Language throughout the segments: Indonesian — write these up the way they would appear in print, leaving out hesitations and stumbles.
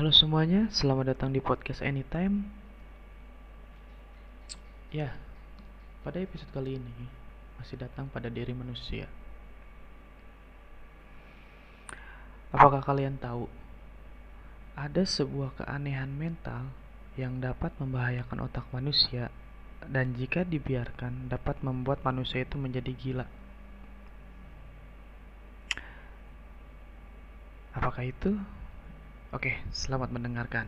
Halo semuanya, selamat datang di podcast Anytime. Ya, pada episode kali ini masih datang pada diri manusia. Apakah kalian tahu ada sebuah keanehan mental yang dapat membahayakan otak manusia dan jika dibiarkan dapat membuat manusia itu menjadi gila? Apakah itu? Oke, selamat mendengarkan.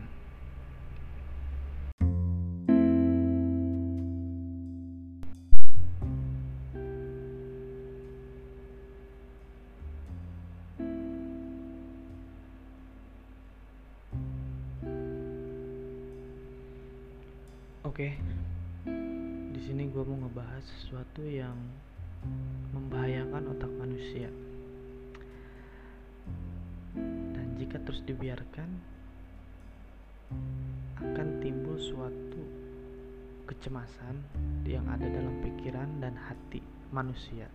Oke, di sini gue mau ngebahas sesuatu yang membahayakan otak manusia. Dan jika terus dibiarkan akan timbul suatu kecemasan yang ada dalam pikiran dan hati manusia.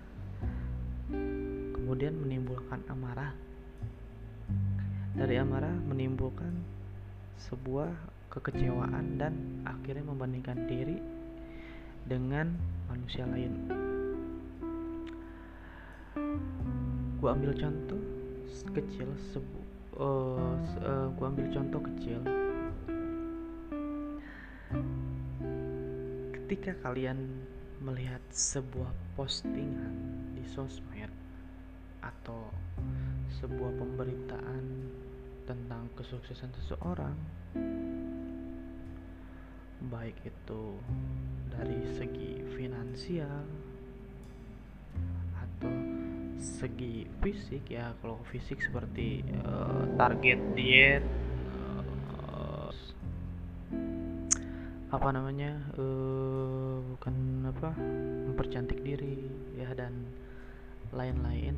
Kemudian menimbulkan amarah. Dari amarah menimbulkan sebuah kekecewaan dan akhirnya membandingkan diri dengan manusia lain. Gua ambil contoh kecil, ketika kalian melihat sebuah postingan di sosmed atau sebuah pemberitaan tentang kesuksesan seseorang, baik itu dari segi finansial atau segi fisik, ya kalau fisik seperti target diet, mempercantik diri ya, dan lain-lain.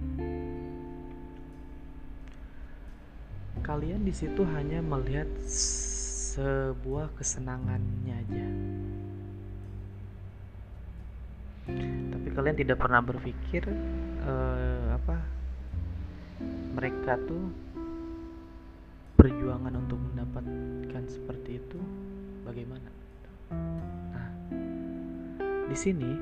Kalian di situ hanya melihat sebuah kesenangannya aja, tapi kalian tidak pernah berpikir mereka tuh perjuangan untuk mendapatkan seperti itu bagaimana. Nah, di sini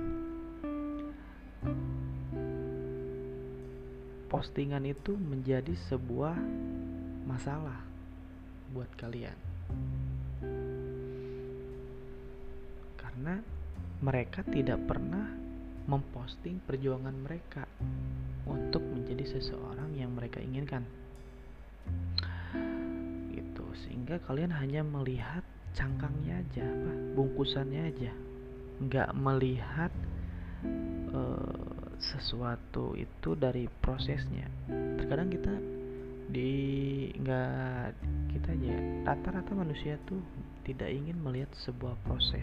postingan itu menjadi sebuah masalah buat kalian karena mereka tidak pernah memposting perjuangan mereka untuk menjadi seseorang yang mereka inginkan gitu, sehingga kalian hanya melihat cangkangnya aja, bungkusannya aja, nggak melihat sesuatu itu dari prosesnya. Terkadang kita rata-rata manusia tuh tidak ingin melihat sebuah proses,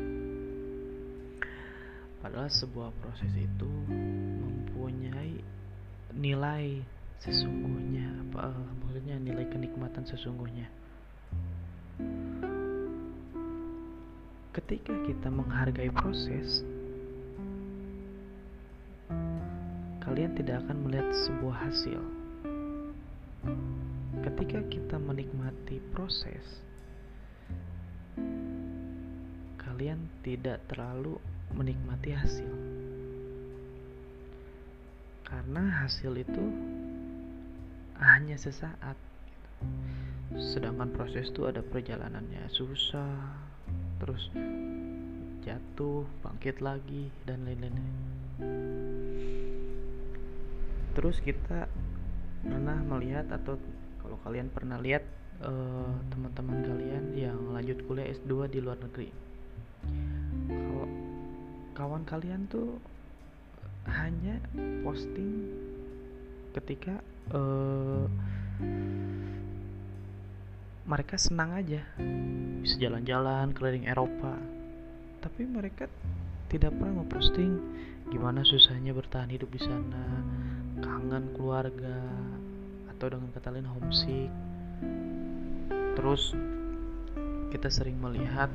padahal sebuah proses itu mempunyai nilai sesungguhnya, maksudnya nilai kenikmatan sesungguhnya. Ketika kita menghargai proses, kalian tidak akan melihat sebuah hasil. Ketika kita menikmati proses, kalian tidak terlalu menikmati hasil, karena hasil itu hanya sesaat, sedangkan proses itu ada perjalanannya, susah, terus jatuh, bangkit lagi, dan lain-lain. Terus kita pernah melihat, atau kalau kalian pernah lihat teman-teman kalian yang lanjut kuliah S2 di luar negeri, kalau kawan kalian tuh hanya posting ketika mereka senang aja, bisa jalan-jalan keliling Eropa, tapi mereka tidak pernah memposting gimana susahnya bertahan hidup di sana, kangen keluarga, atau dengan kata lain homesick. Terus kita sering melihat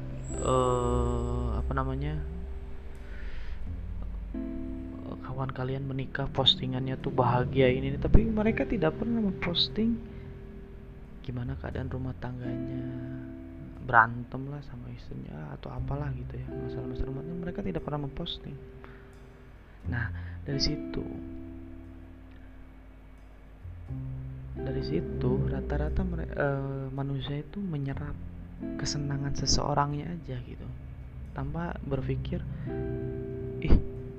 kawan kalian menikah, postingannya tuh bahagia ini, tapi mereka tidak pernah memposting gimana keadaan rumah tangganya, berantem lah sama istrinya atau apalah gitu ya, masalah-masalah rumah tangga, mereka tidak pernah memposting. Nah, dari situ rata-rata manusia itu menyerap kesenangan seseorangnya aja gitu, tanpa berpikir ih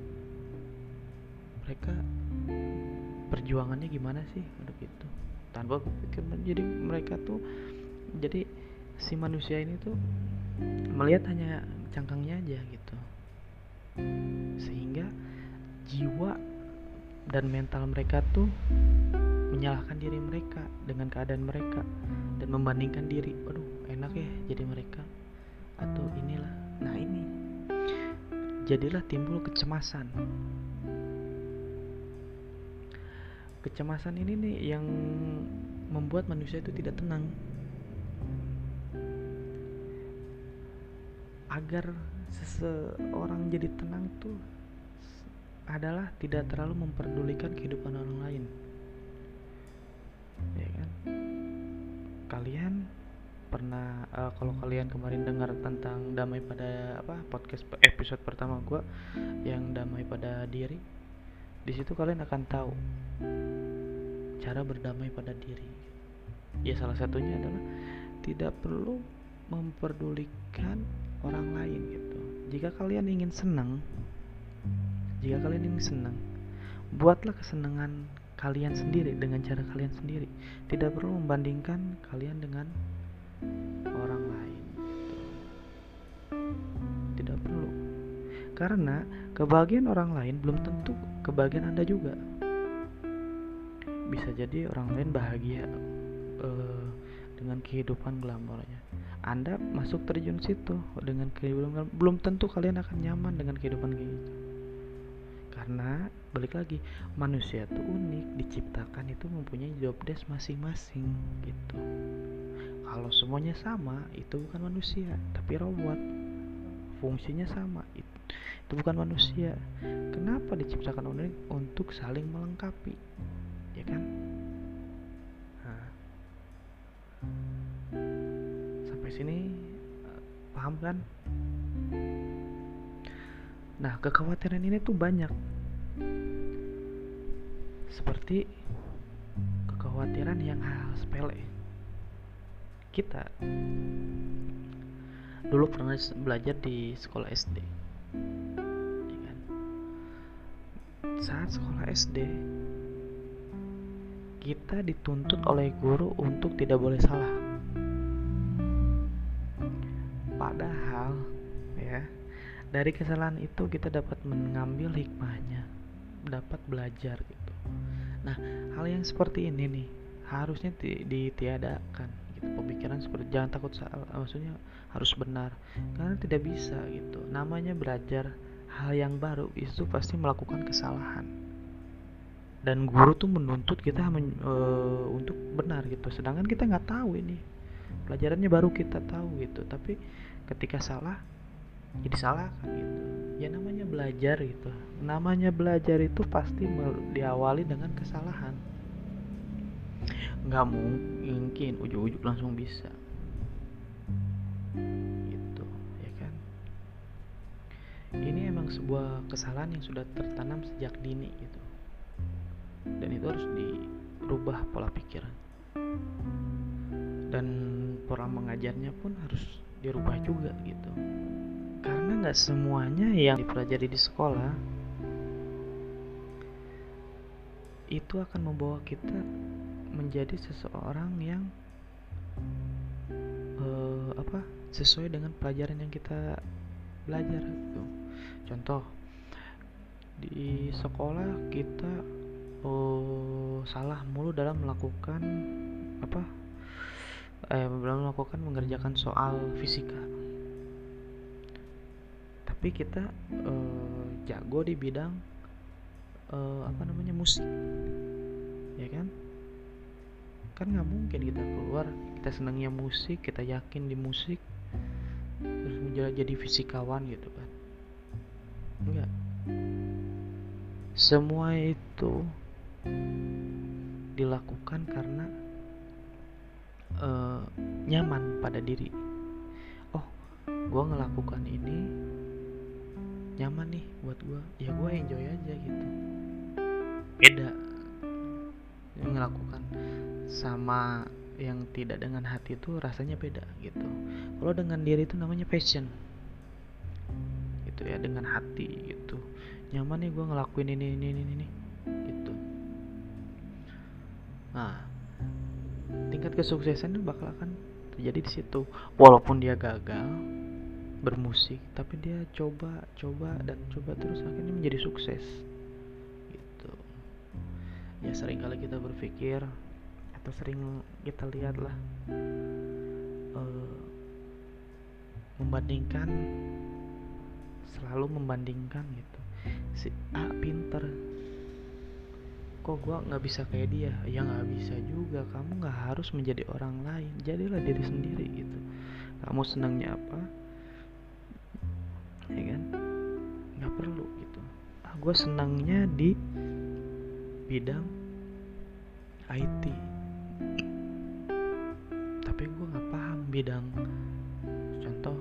mereka perjuangannya gimana sih untuk itu, tanpa berpikir. Jadi mereka tuh, jadi si manusia ini tuh melihat hanya cangkangnya aja gitu, sehingga jiwa dan mental mereka tuh menyalahkan diri mereka dengan keadaan mereka dan membandingkan diri, aduh enak ya jadi mereka atau inilah. Nah ini jadilah timbul kecemasan. Kecemasan ini nih yang membuat manusia itu tidak tenang. Agar seseorang jadi tenang tuh adalah tidak terlalu memperdulikan kehidupan orang lain, ya kan? Kalian pernah kalau kalian kemarin dengar tentang damai pada podcast episode pertama gue yang damai pada diri, di situ kalian akan tahu cara berdamai pada diri. Ya salah satunya adalah tidak perlu memperdulikan orang lain gitu. Jika kalian ingin senang, buatlah kesenangan kalian sendiri dengan cara kalian sendiri. Tidak perlu membandingkan kalian dengan orang lain gitu. Tidak perlu. Karena kebahagiaan orang lain belum tentu kebahagiaan Anda juga. Bisa jadi orang lain bahagia dengan kehidupan glamornya, Anda masuk terjun situ dengan kehidupan, belum tentu kalian akan nyaman dengan kehidupan gitu. Karena balik lagi, manusia itu unik, diciptakan itu mempunyai job desk masing-masing gitu. Kalau semuanya sama, itu bukan manusia tapi robot. Fungsinya sama, itu bukan manusia. Kenapa diciptakan unik? Untuk saling melengkapi, ya kan? Sampai sini paham kan? Nah, kekhawatiran ini tuh banyak. Seperti kekhawatiran yang hal sepele. Kita dulu pernah belajar di sekolah SD, ya kan? Saat sekolah SD, kita dituntut oleh guru untuk tidak boleh salah. Padahal ya, dari kesalahan itu kita dapat mengambil hikmahnya, dapat belajar gitu. Nah, hal yang seperti ini nih harusnya ditiadakan gitu. Pemikiran seperti jangan takut salah, maksudnya harus benar, karena tidak bisa gitu. Namanya belajar hal yang baru itu pasti melakukan kesalahan, dan guru tuh menuntut kita untuk benar gitu, sedangkan kita nggak tahu ini pelajarannya, baru kita tahu gitu. Tapi ketika salah ya disalahkan gitu. Ya namanya belajar gitu, namanya belajar itu pasti diawali dengan kesalahan. Nggak mungkin ujuk-ujuk langsung bisa gitu, ya kan? Ini emang sebuah kesalahan yang sudah tertanam sejak dini gitu, dan itu harus dirubah pola pikiran, dan pola mengajarnya pun harus dirubah juga gitu. Karena nggak semuanya yang dipelajari di sekolah itu akan membawa kita menjadi seseorang yang sesuai dengan pelajaran yang kita belajar gitu. Contoh, di sekolah kita salah mulu dalam melakukan mengerjakan soal fisika, tapi kita jago di bidang musik, ya kan? Kan nggak mungkin kita keluar, kita senangnya musik, kita yakin di musik, terus jadi fisikawan gitu kan? Enggak. Semua itu dilakukan karena eh, nyaman pada diri. Oh, gue ngelakukan ini nyaman nih buat gue, ya gue enjoy aja gitu. Beda yang ngelakukan sama yang tidak dengan hati itu rasanya beda gitu. Kalau dengan diri itu namanya passion gitu ya, dengan hati gitu. Nyaman nih gue ngelakuin ini gitu. Nah, tingkat kesuksesan itu bakal akan terjadi di situ. Walaupun dia gagal bermusik, tapi dia coba dan coba terus, akhirnya menjadi sukses gitu. Ya sering kali kita berpikir atau sering kita lihat lah, membandingkan, selalu membandingkan gitu. Si A pinter, kok gua nggak bisa kayak dia? Ya nggak bisa juga. Kamu nggak harus menjadi orang lain, jadilah diri sendiri gitu. Kamu senangnya apa, ya kan? Nggak perlu gitu. Gue senangnya di bidang IT, tapi gue nggak paham bidang, contoh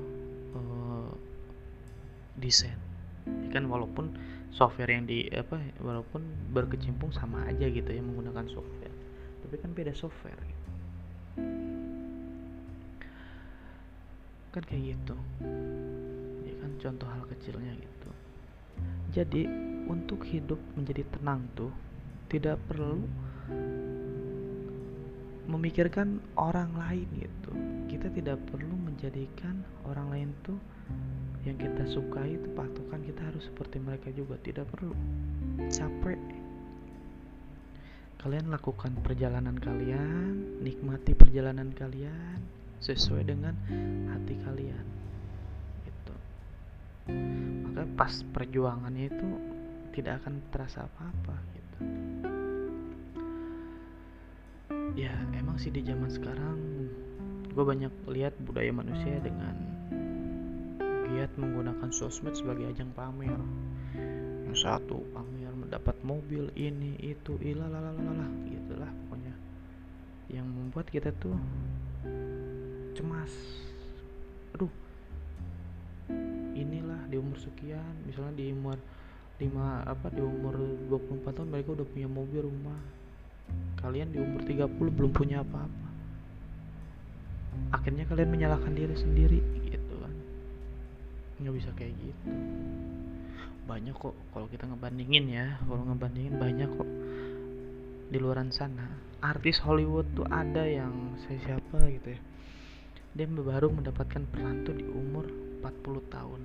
desain, ya kan? Walaupun software yang walaupun berkecimpung sama aja gitu ya, menggunakan software, tapi kan beda software gitu. Kan kayak gitu ya kan, contoh hal kecilnya gitu. Jadi untuk hidup menjadi tenang tuh tidak perlu memikirkan orang lain gitu. Kita tidak perlu menjadikan orang lain tuh yang kita sukai itu patokan kita harus seperti mereka juga, tidak perlu. Capek. Kalian lakukan perjalanan kalian, nikmati perjalanan kalian sesuai dengan hati kalian gitu. Maka pas perjuangannya itu tidak akan terasa apa-apa gitu. Ya emang sih di zaman sekarang gue banyak lihat budaya manusia dengan giat menggunakan sosmed sebagai ajang pamer. Yang satu pamer mendapat mobil ini itu ilalalala gitulah pokoknya, yang membuat kita tuh cemas. Aduh, inilah di umur sekian, misalnya di umur 24 tahun mereka udah punya mobil, rumah. Kalian di umur 30 belum punya apa-apa. Akhirnya kalian menyalahkan diri sendiri gitu kan. Nggak bisa kayak gitu. Banyak kok kalau kita ngebandingin ya, banyak kok di luaran sana. Artis Hollywood tuh ada yang siapa gitu ya, dia baru mendapatkan peran tuh di umur 40 tahun.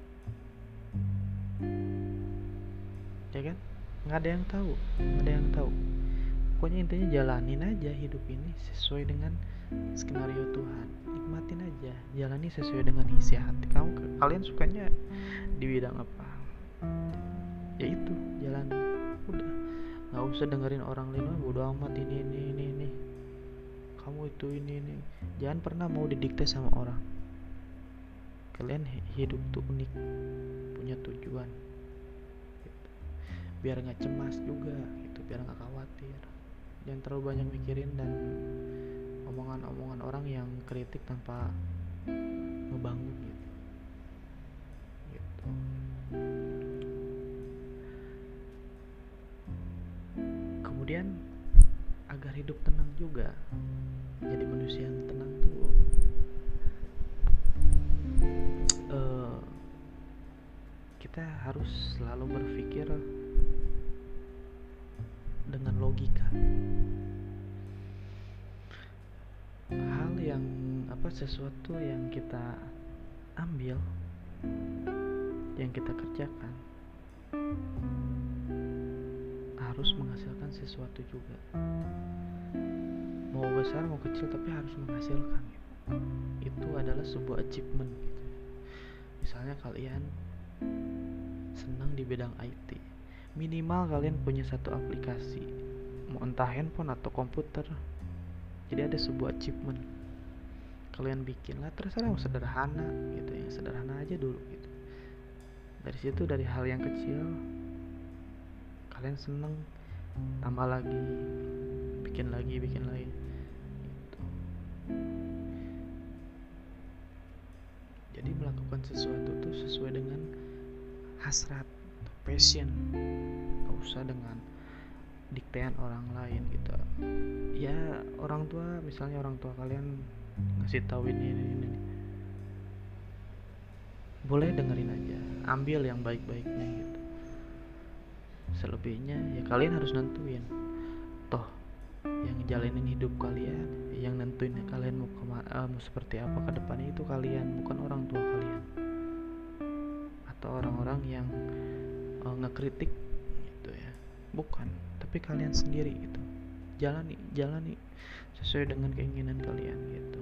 Ya kan? Nggak ada yang tahu. Pokoknya intinya jalanin aja hidup ini sesuai dengan skenario Tuhan. Nikmatin aja, jalani sesuai dengan isi hati. Kalian sukanya di bidang apa? Ya itu, jalan. Udah, nggak usah dengerin orang lain, bodo amat ini. Kamu itu ini. Jangan pernah mau didikte sama orang. Kalian hidup tuh unik, punya tujuan. Gitu. Biar nggak cemas juga, gitu. Biar nggak khawatir. Jangan terlalu banyak mikirin dan omongan-omongan orang yang kritik tanpa ngebangun gitu. Kemudian agar hidup tenang juga, jadi manusia yang tenang tuh kita harus selalu berpikir dengan logika. Hal yang sesuatu yang kita ambil, yang kita kerjakan harus menghasilkan sesuatu juga. Mau besar mau kecil tapi harus menghasilkan. Itu adalah sebuah achievement gitu. Misalnya kalian senang di bidang IT, minimal kalian punya satu aplikasi, mau entah handphone atau komputer. Jadi ada sebuah achievement. Kalian bikin lah, terserah mau sederhana gitu ya, sederhana aja dulu gitu. Dari situ, dari hal yang kecil kalian seneng, tambah lagi, bikin lagi gitu. Jadi melakukan sesuatu tuh sesuai dengan hasrat, passion, gak usah dengan diktean orang lain gitu. Ya orang tua, misalnya orang tua kalian ngasih tahu ini, boleh dengerin aja, ambil yang baik-baiknya gitu. Selebihnya ya kalian harus nentuin. Toh yang jalanin hidup kalian, yang nentuin kalian mau seperti apa ke depannya itu kalian, bukan orang tua kalian atau orang-orang yang ngekritik gitu ya, bukan, tapi kalian sendiri gitu. Jalani sesuai dengan keinginan kalian gitu.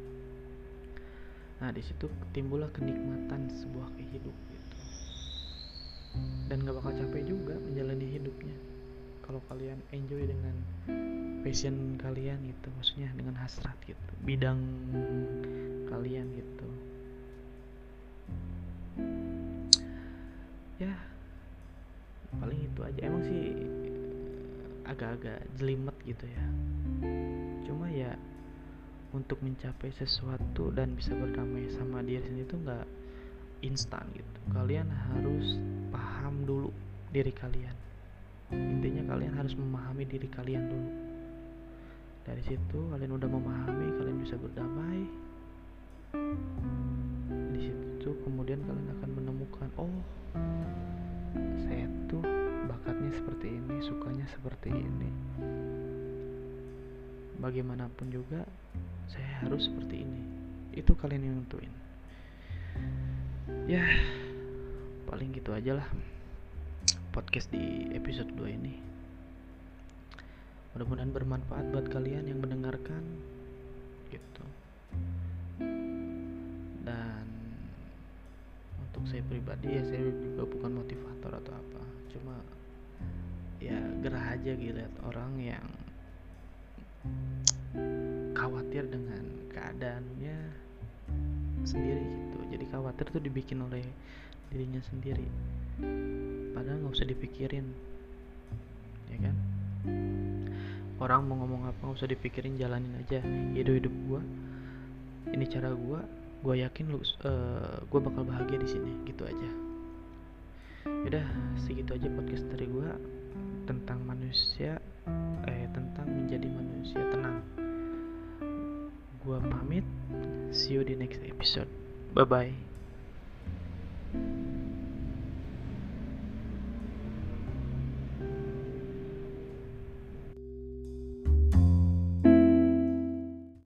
Nah di situ timbullah kenikmatan sebuah kehidup gitu, dan gak bakal capek juga menjalani hidupnya kalau kalian enjoy dengan passion kalian gitu, maksudnya dengan hasrat gitu, bidang kalian gitu. Ya paling itu aja. Emang sih agak-agak jelimet gitu ya, cuma ya untuk mencapai sesuatu dan bisa berdamai sama diri sendiri itu nggak instan gitu. Kalian harus paham dulu diri kalian. Intinya kalian harus memahami diri kalian dulu. Dari situ kalian udah memahami, kalian bisa berdamai. Di situ kemudian kalian akan menemukan, oh saya tuh bakatnya seperti ini, sukanya seperti ini. Bagaimanapun juga saya harus seperti ini. Itu kalian yang nentuin. Ya paling gitu aja lah podcast di episode 2 ini. Mudah-mudahan bermanfaat buat kalian yang mendengarkan gitu. Dan untuk saya pribadi ya, saya juga bukan motivator atau apa, cuma ya gerah aja lihat orang yang khawatir dengan keadaannya sendiri gitu. Jadi khawatir tuh dibikin oleh dirinya sendiri, padahal nggak usah dipikirin, ya kan? Orang mau ngomong apa nggak usah dipikirin, jalanin aja. Hidup gua, ini cara gua yakin gua bakal bahagia di sini, gitu aja. Udah segitu aja podcast dari gua tentang tentang menjadi manusia tenang. Gua pamit, see you di next episode. Bye bye.